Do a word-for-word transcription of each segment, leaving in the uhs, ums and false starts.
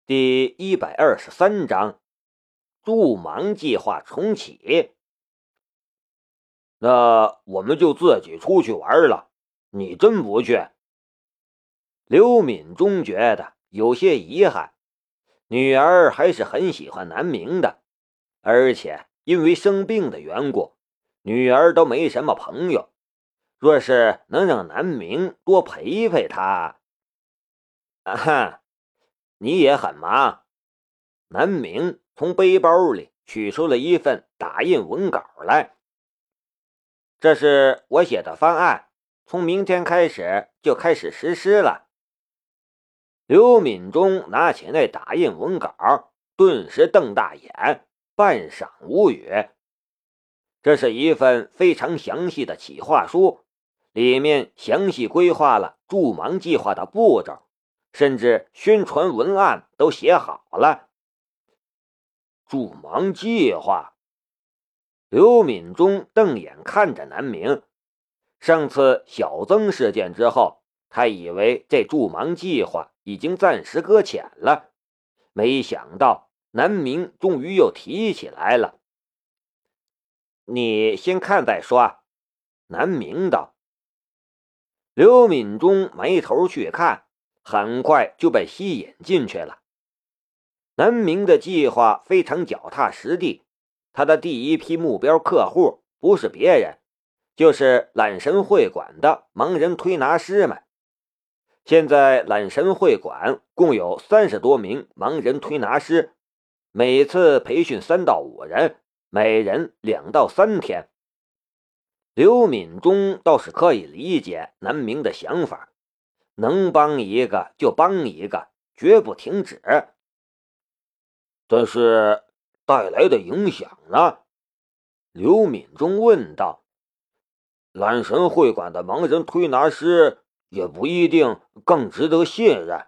第一百二十三章助盲计划重启。 那我们就自己出去玩了，你真不去？ 刘敏中觉得有些遗憾，女儿还是很喜欢南明的，而且因为生病的缘故，女儿都没什么朋友，若是能让南明多陪陪她……啊哈，你也很忙。南明从背包里取出了一份打印文稿来，这是我写的方案，从明天开始就开始实施了。刘敏中拿起那打印文稿，顿时瞪大眼，半晌无语。这是一份非常详细的企划书，里面详细规划了助盲计划的步骤，甚至宣传文案都写好了。 助盲计划？ 刘敏中瞪眼看着南明。上次小曾事件之后，他以为这助盲计划已经暂时搁浅了，没想到南明终于又提起来了。你先看再说。南明道。刘敏中埋头去看，很快就被吸引进去了。南明的计划非常脚踏实地，他的第一批目标客户不是别人，就是揽神会馆的盲人推拿师们。现在揽神会馆共有三十多名盲人推拿师，每次培训三到五人，每人两到三天。刘敏中倒是可以理解南明的想法，能帮一个就帮一个，绝不停止。 但是带来的影响呢？ 刘敏中问道。 揽神会馆的盲人推拿师也不一定更值得信任。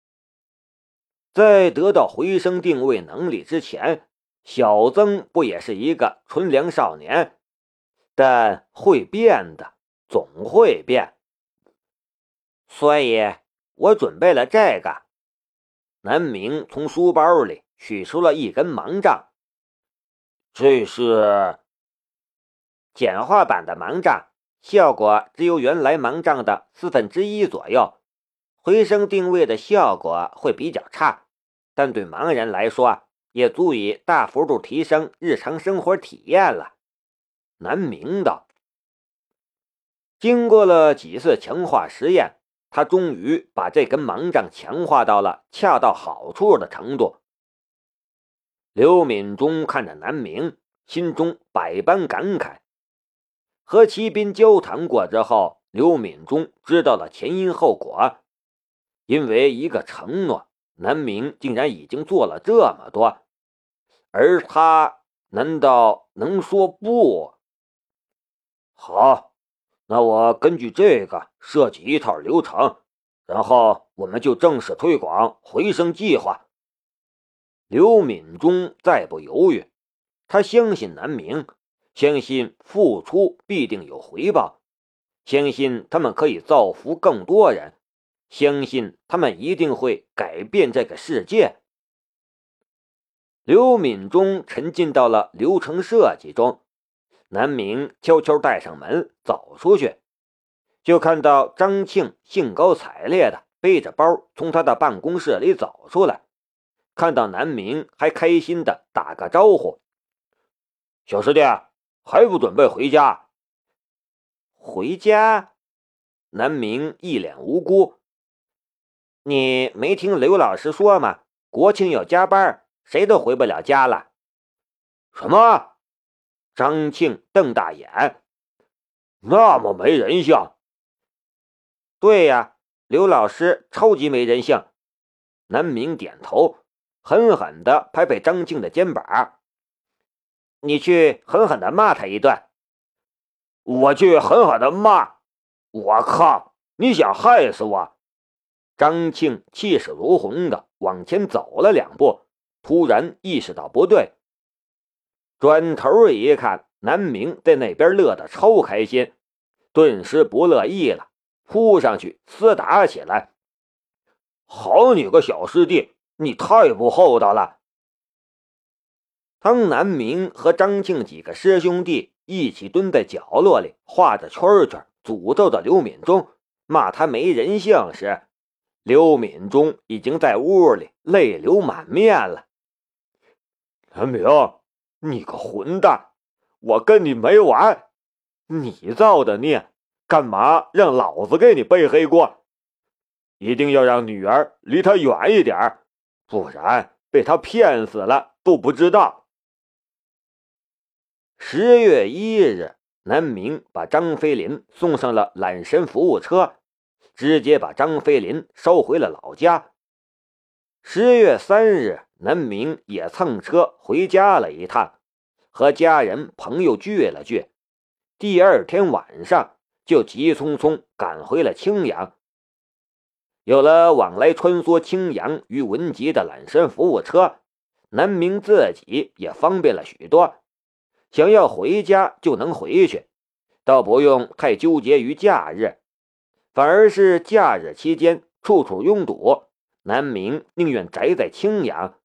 在得到回声定位能力之前，小曾不也是一个纯良少年？但会变的，总会变。所以我准备了这个。南明从书包里取出了一根盲杖。 这是简化版的盲杖，效果只有原来盲杖的四分之一左右，回声定位的效果会比较差，但对盲人来说也足以大幅度提升日常生活体验了。南明道。经过了几次强化实验，他终于把这根盲杖强化到了恰到好处的程度。刘敏中看着南明，心中百般感慨。和骑兵交谈过之后，刘敏中知道了前因后果。因为一个承诺，南明竟然已经做了这么多，而他难道能说不？ 好，那我根据这个设计一套流程，然后我们就正式推广回声计划。 刘敏中再不犹豫，他相信南明，相信付出必定有回报，相信他们可以造福更多人，相信他们一定会改变这个世界。刘敏中沉浸到了流程设计中，南明悄悄带上门走出去，就看到张庆兴高采烈的背着包从他的办公室里走出来，看到南明还开心的打个招呼。 小师弟，还不准备回家？ 回家？南明一脸无辜。你没听刘老师说吗？国庆要加班，谁都回不了家了。 什么？ 张庆瞪大眼。 那么没人性？ 对呀，刘老师超级没人性。南明点头，狠狠地拍拍张庆的肩膀。你去狠狠地骂他一顿。 我去狠狠地骂？我靠，你想害死我？ 张庆气势如虹的往前走了两步，突然意识到不对，转头一看，南明在那边乐得超开心，顿时不乐意了，扑上去厮打起来。 好你个小师弟， 你太不厚道了。 当南明和张庆几个师兄弟一起蹲在角落里画着圈圈，诅咒着刘敏忠，骂他没人性时，刘敏忠已经在屋里泪流满面了。 南明，你个混蛋，我跟你没完！你造的孽，干嘛让老子给你背黑锅？一定要让女儿离他远一点，不然被他骗死了都不知道。 十月一日，南明把张飞林送上了揽神服务车，直接把张飞林捎回了老家。十月三日，南明也蹭车回家了一趟，和家人朋友聚了聚。第二天晚上就急匆匆赶回了青阳。有了往来穿梭青阳与文集的揽神服务车，南明自己也方便了许多。想要回家就能回去，倒不用太纠结于假日，反而是假日期间处处拥堵，南明宁愿宅在青阳。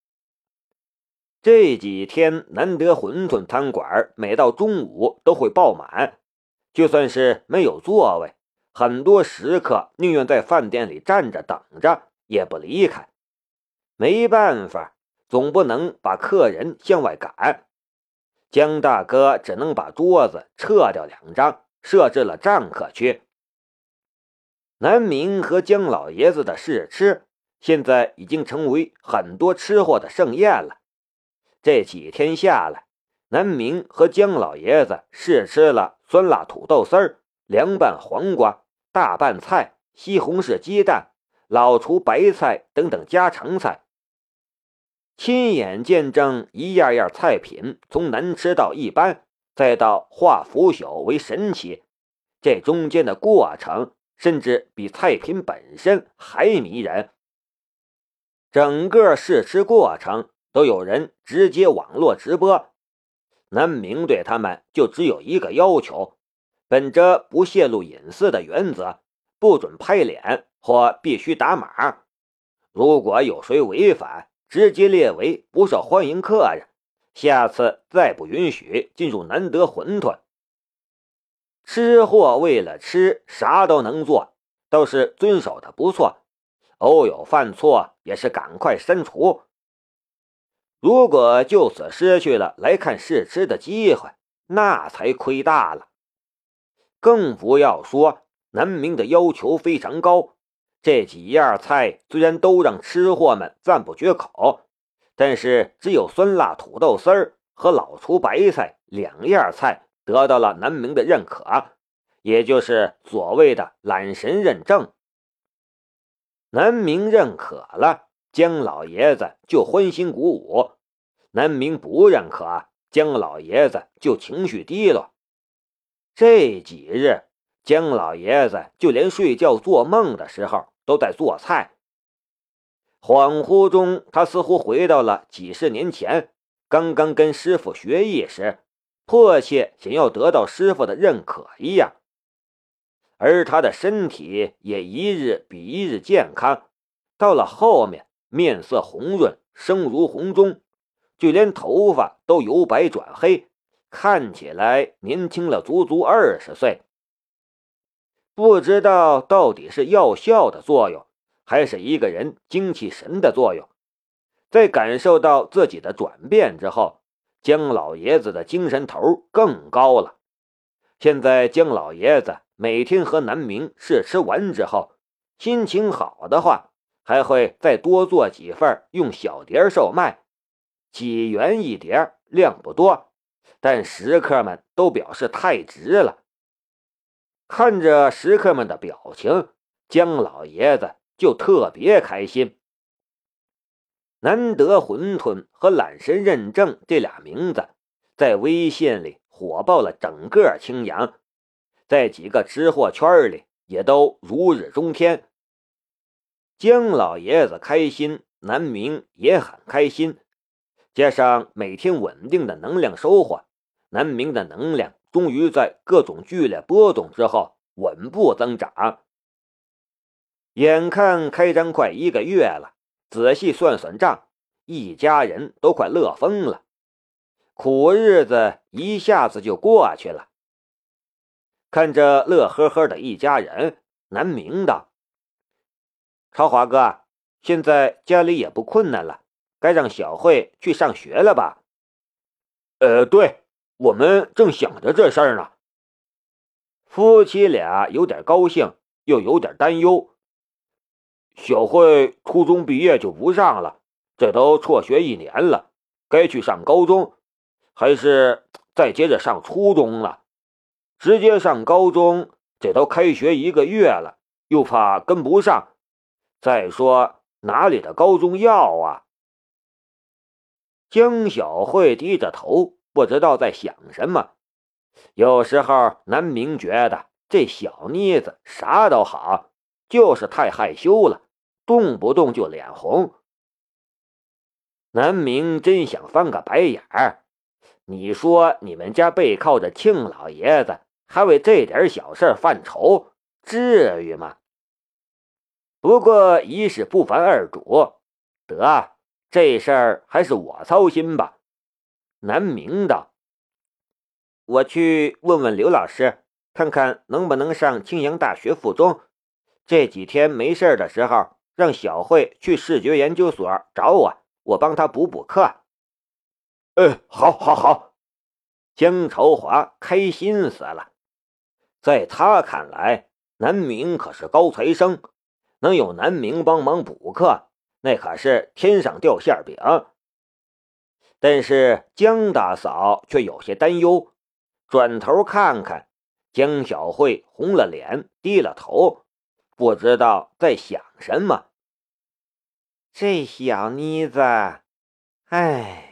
这几天难得馄饨餐馆每到中午都会爆满，就算是没有座位，很多食客宁愿在饭店里站着等着，也不离开。没办法，总不能把客人向外赶。江大哥只能把桌子撤掉两张，设置了占客区。南明和江老爷子的试吃现在已经成为很多吃货的盛宴了。这几天下来，南明和江老爷子试吃了酸辣土豆丝儿、凉拌黄瓜、大拌菜、西红柿鸡蛋、老厨白菜等等家常菜，亲眼见证一样样菜品从难吃到一般，再到化腐朽为神奇，这中间的过程甚至比菜品本身还迷人。整个试吃过程都有人直接网络直播，南明对他们就只有一个要求，本着不泄露隐私的原则，不准拍脸或必须打码，如果有谁违反，直接列为不受欢迎客人，下次再不允许进入难得馄饨。吃货为了吃啥都能做，倒是遵守的不错，偶有犯错也是赶快删除。如果就此失去了来看试吃的机会，那才亏大了。更不要说南明的要求非常高，这几样菜虽然都让吃货们赞不绝口，但是只有酸辣土豆丝儿和老厨白菜两样菜得到了南明的认可，也就是所谓的揽神认证。南明认可了，江老爷子就欢欣鼓舞；南明不认可，江老爷子就情绪低落。这几日，江老爷子就连睡觉做梦的时候都在做菜。恍惚中，他似乎回到了几十年前，刚刚跟师傅学艺时，迫切想要得到师傅的认可一样。而他的身体也一日比一日健康，到了后面面色红润，声如洪钟，就连头发都由白转黑，看起来年轻了足足二十岁。不知道到底是药效的作用，还是一个人精气神的作用。在感受到自己的转变之后，江老爷子的精神头更高了。现在江老爷子每天和南明试吃完之后，心情好的话，还会再多做几份用小碟售卖，几元一碟，量不多，但食客们都表示太值了。看着食客们的表情，江老爷子就特别开心。难得馄饨和揽神认证这俩名字在微信里火爆了整个青阳，在几个吃货圈里也都如日中天。江老爷子开心，南明也很开心，加上每天稳定的能量收获，南明的能量终于在各种剧烈波动之后稳步增长。眼看开张快一个月了， 仔细算算账，一家人都快乐疯了，苦日子一下子就过去了。看着乐呵呵的一家人，南明道：“超华哥，现在家里也不困难了，该让小慧去上学了吧？”“ 呃，对，我们正想着这事儿呢。” 夫妻俩有点高兴，又有点担忧。 小慧初中毕业就不上了，这都辍学一年了，该去上高中，还是再接着上初中了？直接上高中，这都开学一个月了，又怕跟不上。再说哪里的高中要啊？ 江小慧低着头，不知道在想什么。有时候南明觉得这小妮子啥都好，就是太害羞了，动不动就脸红。南明真想翻个白眼儿，你说你们家背靠着庆老爷子，还为这点小事犯愁，至于吗？不过一事不烦二主，得，这事儿还是我操心吧。南明道：“我去问问刘老师，看看能不能上青阳大学附中。这几天没事的时候，让小慧去视觉研究所找我，我帮她补补课。”“ 哎，好，好，好。” 江朝华开心死了。在他看来，南明可是高材生，能有南明帮忙补课，那可是天上掉馅饼。但是江大嫂却有些担忧，转头看看江小慧，红了脸，低了头，不知道在想什么。这小妮子，唉。